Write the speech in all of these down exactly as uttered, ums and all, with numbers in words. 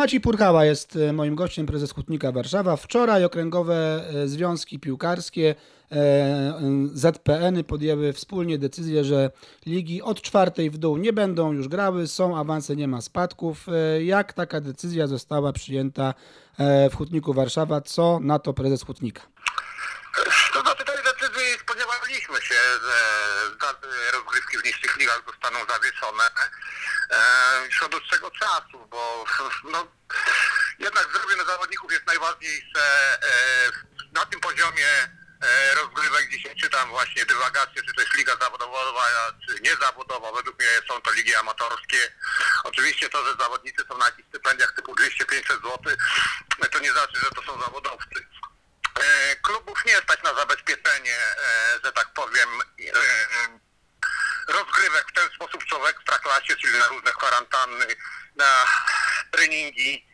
Maciej Purchała jest moim gościem, prezes Hutnika Warszawa. Wczoraj okręgowe związki piłkarskie, Z P N-y podjęły wspólnie decyzję, że ligi od czwartej w dół nie będą już grały, są awanse, nie ma spadków. Jak taka decyzja została przyjęta w Hutniku Warszawa? Co na to prezes Hutnika? To znaczy tej decyzji spodziewaliśmy się, że rozgrywki w niższych ligach zostaną zawieszone już od dłuższego czasu, bo no, jednak zdrowie zawodników jest najważniejsze. Na tym poziomie rozgrywek dzisiaj czytam właśnie dywagacje, czy to jest liga zawodowa, czy niezawodowa. Według mnie są to ligi amatorskie. Oczywiście to, że zawodnicy są na jakichś stypendiach typu dwieście pięćset złotych, to nie znaczy, że to są zawodowcy. Klubów nie stać na zabezpieczenie, że tak powiem, rozgrywek w ten sposób, co w ekstraklasie, czyli na różne kwarantanny, na treningi.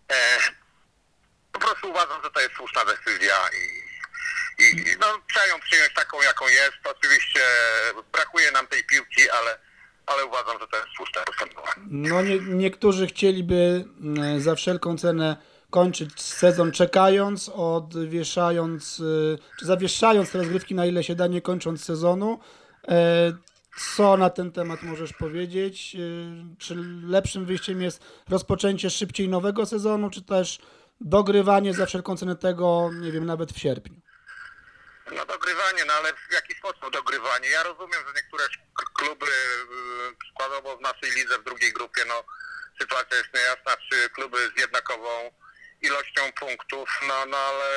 Po prostu uważam, że to jest słuszna decyzja i, i no, trzeba ją przyjąć taką, jaką jest. Oczywiście brakuje nam tej piłki, ale, ale uważam, że to jest słuszne postępowanie. No nie, niektórzy chcieliby za wszelką cenę kończyć sezon czekając, odwieszając, czy zawieszając te rozgrywki na ile się da, nie kończąc sezonu. Co na ten temat możesz powiedzieć? Czy lepszym wyjściem jest rozpoczęcie szybciej nowego sezonu, czy też dogrywanie za wszelką cenę tego, nie wiem, nawet w sierpniu? No dogrywanie, no ale w jaki sposób dogrywanie? Ja rozumiem, że niektóre kluby, przykładowo w naszej lidze, w drugiej grupie, no sytuacja jest niejasna, czy kluby z jednakową ilością punktów, no, no ale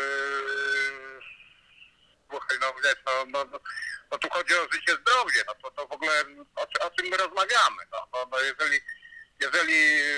słuchaj, no wiesz, no, no, no, no tu chodzi o życie, zdrowie, no to, to w ogóle o, o czym my rozmawiamy, no, no, no jeżeli, jeżeli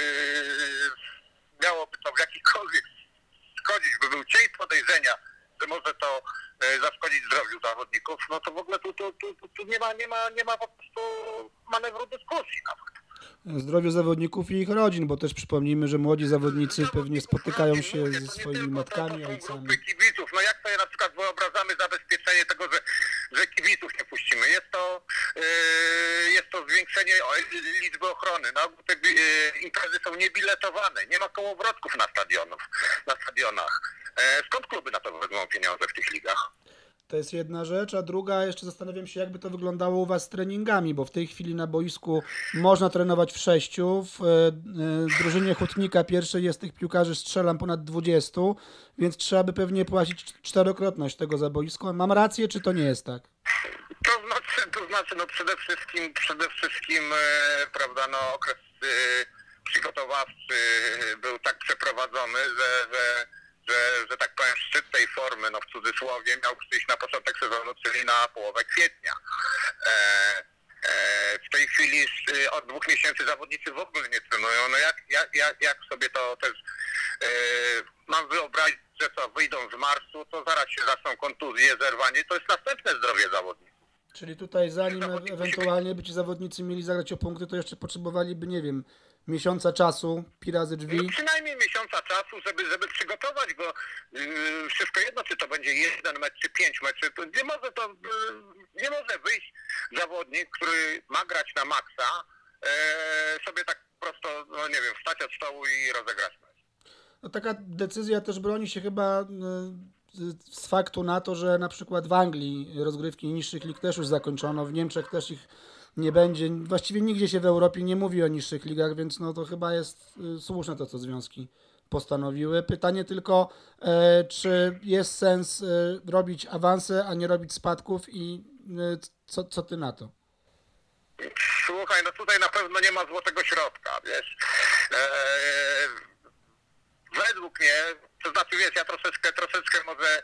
miałoby to w jakikolwiek szkodzić, by był cień podejrzenia, że może to zaszkodzić zdrowiu zawodników, no to w ogóle tu, tu, tu, tu nie ma, nie ma, nie ma po prostu manewru dyskusji nawet. Zdrowiu zawodników i ich rodzin, bo też przypomnijmy, że młodzi zawodnicy pewnie spotykają się ze swoimi matkami, ojcami. Kibiców. No jak sobie na przykład wyobrażamy zabezpieczenie tego, że, że kibiców nie puścimy? Jest to, yy, jest to zwiększenie liczby ochrony. No, te yy, imprezy są niebiletowane, nie ma kołowrotków na stadionów, na stadionach. Yy, skąd kluby na to wezmą pieniądze w tych ligach? To jest jedna rzecz, a druga, jeszcze zastanawiam się, jakby to wyglądało u was z treningami, bo w tej chwili na boisku można trenować w sześciu, w y, drużynie Hutnika pierwszej jest tych piłkarzy, strzelam ponad dwudziestu, więc trzeba by pewnie płacić czterokrotność tego za boisko. Mam rację, czy to nie jest tak? To znaczy, to znaczy no przede wszystkim, przede wszystkim, e, prawda, no okres e, przygotowawczy był tak przeprowadzony, że, że Że, że tak powiem, szczyt tej formy, no w cudzysłowie, miał przyjść na początek sezonu, czyli na połowę kwietnia. E, e, w tej chwili od dwóch miesięcy zawodnicy w ogóle nie trenują. No jak, jak, jak, jak sobie to też e, mam wyobrazić, że co, wyjdą z marszu, to zaraz się zaczną kontuzje, zerwanie, to jest następne zdrowie zawodników. Czyli tutaj zanim e- ewentualnie by ci zawodnicy mieli zagrać o punkty, to jeszcze potrzebowaliby, nie wiem, miesiąca czasu, pi razy drzwi? No przynajmniej miesiąca czasu, żeby, żeby przygotować go. Yy, wszystko jedno, czy to będzie jeden mecz, czy pięć meczy. To nie może to, yy, nie może wyjść zawodnik, który ma grać na maksa, yy, sobie tak prosto, no nie wiem, wstać od stołu i rozegrać mecz. No taka decyzja też broni się chyba z faktu na to, że na przykład w Anglii rozgrywki niższych lig też już zakończono, w Niemczech też ich nie będzie. Właściwie nigdzie się w Europie nie mówi o niższych ligach, więc no to chyba jest słuszne to, co związki postanowiły. Pytanie tylko, e, czy jest sens e, robić awanse, a nie robić spadków i e, co, co ty na to? Słuchaj, no tutaj na pewno nie ma złotego środka, wiesz. Eee, według mnie, to znaczy wiesz, ja troszeczkę, troszeczkę może,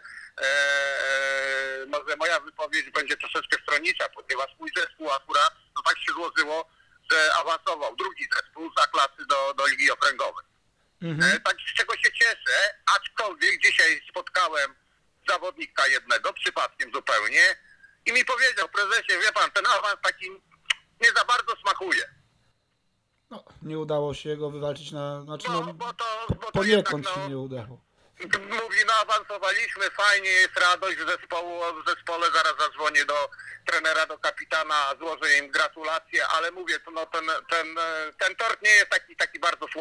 eee, może moja wypowiedź będzie troszeczkę stronnicza, ponieważ mój zespół akurat, to tak się złożyło, że awansował drugi zespół za klasy do, do Ligi Okręgowej. Mhm. Eee, tak z czego się cieszę, aczkolwiek dzisiaj spotkałem zawodnika jednego, przypadkiem zupełnie, i mi powiedział: prezesie, wie pan, ten awans taki nie za bardzo smakuje. No, nie udało się go wywalczyć na... Znaczy, no, no, bo to, bo to poniekąd jednak, no, się nie udało. Mówi, no awansowaliśmy, fajnie, jest radość w zespołu, w zespole, zaraz zadzwonię do trenera, do kapitana, złożę im gratulacje, ale mówię, to no ten, ten, ten tort nie jest taki, taki bardzo słodki.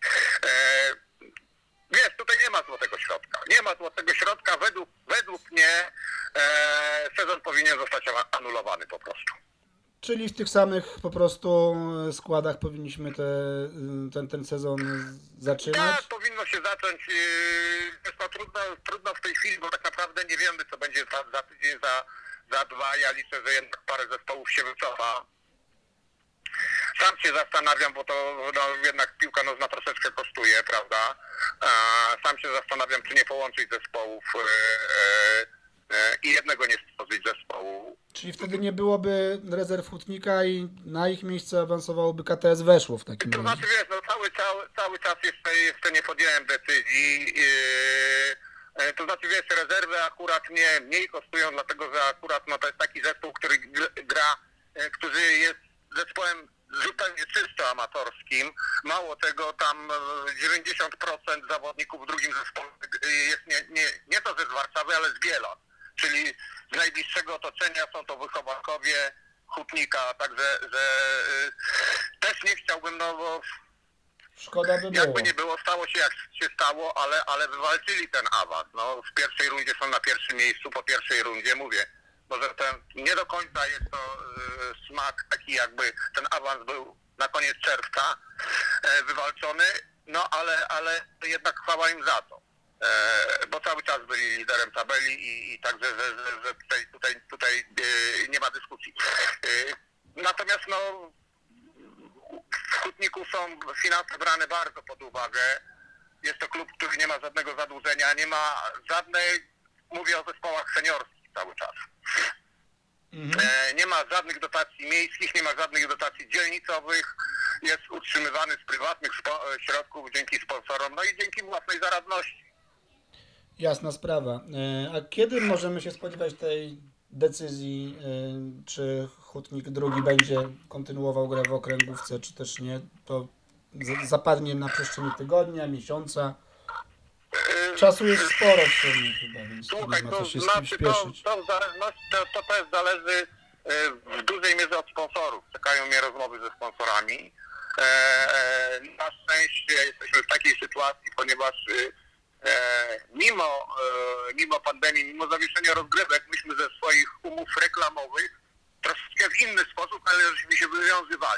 E, wiesz, tutaj nie ma złotego środka. Nie ma złotego środka. Według, według mnie e, sezon powinien zostać anulowany po prostu. Czyli w tych samych po prostu składach powinniśmy te, ten, ten sezon zaczynać? Tak, powinno się zacząć. Jest to trudno, trudno w tej chwili, bo tak naprawdę nie wiemy, co będzie za, za tydzień, za, za dwa. Ja liczę, że jednak parę zespołów się wycofa. Sam się zastanawiam, bo to no, jednak piłka nożna troszeczkę kosztuje, prawda? Sam się zastanawiam, czy nie połączyć zespołów e, e, i jednego nie stworzyć zespołu. Czyli wtedy nie byłoby rezerw Hutnika i na ich miejsce awansowałoby K T S Weszło w takim To razie. znaczy, wiesz, no cały, cały, cały czas jeszcze, jeszcze nie podjąłem decyzji. Yy, to znaczy, wiesz, rezerwy akurat mnie mniej kosztują, dlatego że akurat no, to jest taki zespół, który gra, yy, który jest zespołem zupełnie czysto amatorskim. Mało tego, tam dziewięćdziesiąt procent zawodników w drugim zespole jest nie, nie, nie to, że z Warszawy, ale z Biela. Czyli z najbliższego otoczenia są to wychowankowie Hutnika, także że y, też nie chciałbym, no bo Szkoda by było. jakby nie było, stało się jak się stało, ale, ale wywalczyli ten awans. No, w pierwszej rundzie są na pierwszym miejscu, po pierwszej rundzie mówię, może ten, nie do końca jest to y, smak taki jakby ten awans był na koniec czerwca y, wywalczony, no ale, ale jednak chwała im za to. E, bo cały czas byli liderem tabeli i, i także, że, że, że tutaj, tutaj, tutaj e, nie ma dyskusji. E, natomiast no, w Hutniku są finanse brane bardzo pod uwagę. Jest to klub, który nie ma żadnego zadłużenia, nie ma żadnej, mówię o zespołach seniorskich cały czas. Mhm. E, nie ma żadnych dotacji miejskich, nie ma żadnych dotacji dzielnicowych. Jest utrzymywany z prywatnych spo- środków dzięki sponsorom, no i dzięki własnej zaradności. Jasna sprawa. E, A kiedy możemy się spodziewać tej decyzji, e, czy Hutnik drugi będzie kontynuował grę w okręgówce, czy też nie? To z- zapadnie na przestrzeni tygodnia, miesiąca. Czasu jest sporo w sumie chyba, więc nie Słuchaj, ma to co się z tym znaczy, to, śpieszyć. to, w zależności, to, to też zależy e, w dużej mierze od sponsorów. Czekają mnie rozmowy ze sponsorami. E, e, na szczęście jesteśmy w takiej sytuacji, ponieważ e, mimo, e, mimo pandemii, mimo zawieszenia rozgrywek, myśmy ze swoich umów reklamowych troszeczkę w inny sposób, ale żeśmy się wywiązywali.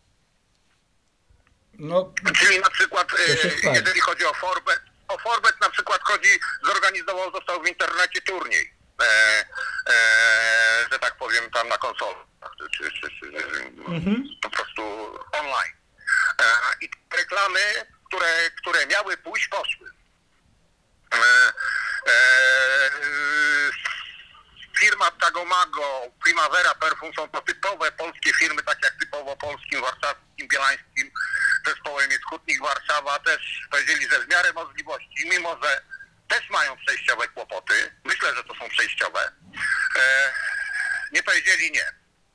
No, Czyli na przykład, To się e, chwali. jeżeli chodzi o Forbet, o Forbet na przykład chodzi, zorganizował, został w internecie turniej, e, e, że tak powiem, tam na konsolach, czy, czy, czy, czy Mhm. po prostu online. E, I reklamy, które, które miały pójść, poszły. E, e, firma Tagomago, Primavera Perfum są to typowe polskie firmy, tak jak typowo polskim, warszawskim, bielańskim zespołem jest Hutnik Warszawa. Też powiedzieli, że w miarę możliwości, mimo że też mają przejściowe kłopoty, myślę, że to są przejściowe, e, nie powiedzieli nie.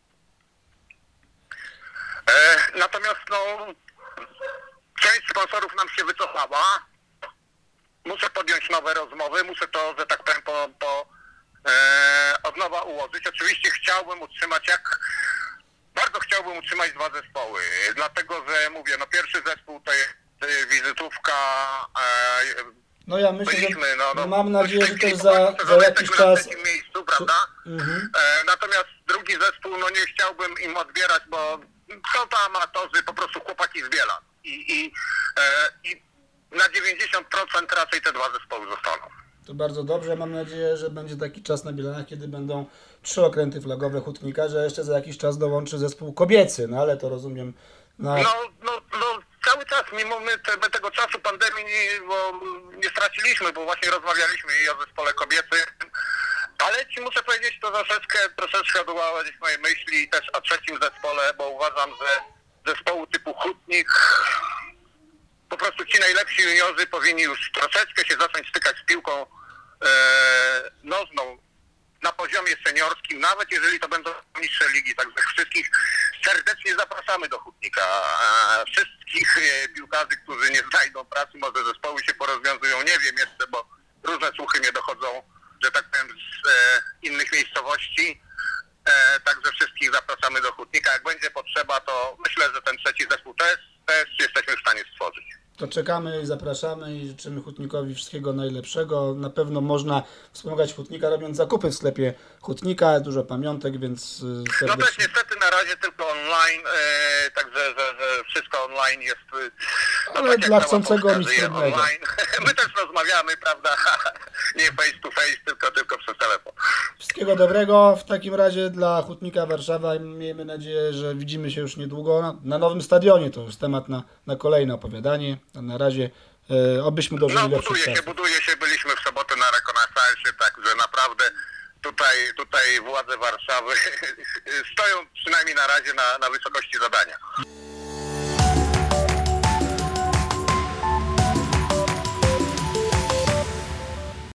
E, natomiast no, część sponsorów nam się wycofała. Muszę podjąć nowe rozmowy, muszę to, że tak powiem, po, po, e, od nowa ułożyć. Oczywiście chciałbym utrzymać, jak bardzo chciałbym utrzymać dwa zespoły, dlatego że mówię, no pierwszy zespół to jest e, wizytówka, e, no ja myślę, że byliśmy, no, no, mam nadzieję, że też w za, końcu za sezonie jakiś jesteśmy na czas... trzecim miejscu, prawda? Mhm. E, natomiast drugi zespół, no nie chciałbym im odbierać, bo są to amatorzy, po prostu chłopaki z Biela. I, i, e, i na dziewięćdziesiąt procent raczej te dwa zespoły zostaną. To bardzo dobrze. Mam nadzieję, że będzie taki czas na Bielanach, kiedy będą trzy okręty flagowe Hutnika, że jeszcze za jakiś czas dołączy zespół kobiecy, no ale to rozumiem. Na... No, no, no cały czas, mimo my, te, my tego czasu pandemii nie, bo nie straciliśmy, bo właśnie rozmawialiśmy i o zespole kobiecym, ale ci muszę powiedzieć, to troszeczkę, troszeczkę odwołać moje myśli i też o trzecim zespole, bo uważam, że zespołu typu Hutnik, po prostu ci najlepsi juniorzy powinni już troszeczkę się zacząć stykać z piłką e, nożną na poziomie seniorskim, nawet jeżeli to będą niższe ligi. Także wszystkich serdecznie zapraszamy do Hutnika. E, wszystkich e, piłkarzy, którzy nie znajdą pracy, może zespoły się porozwiązują, nie wiem jeszcze, bo różne słuchy mnie dochodzą, że tak powiem, z e, innych miejscowości. E, także wszystkich zapraszamy do Hutnika. Jak będzie potrzeba, to myślę, że ten trzeci zespół też, też jesteśmy w stanie stworzyć. To czekamy i zapraszamy i życzymy Hutnikowi wszystkiego najlepszego. Na pewno można wspomagać Hutnika, robiąc zakupy w sklepie Hutnika, dużo pamiątek, więc No serdecznie. też niestety na razie tylko online, e, także że, że wszystko online jest... e, No, Ale tak jak dla cała chcącego Polska nic żyje trudnego. online. My też rozmawiamy, prawda, nie face to face, tylko, tylko przez telefon. Wszystkiego dobrego w takim razie dla Hutnika Warszawa i miejmy nadzieję, że widzimy się już niedługo na, na nowym stadionie. To już temat na, na kolejne opowiadanie. A na razie e, obyśmy dożyli No lepszych buduje się, czasów. buduje się, byliśmy w sobotę na rekonesansie, także naprawdę tutaj, tutaj władze Warszawy stoją przynajmniej na razie na, na wysokości zadania.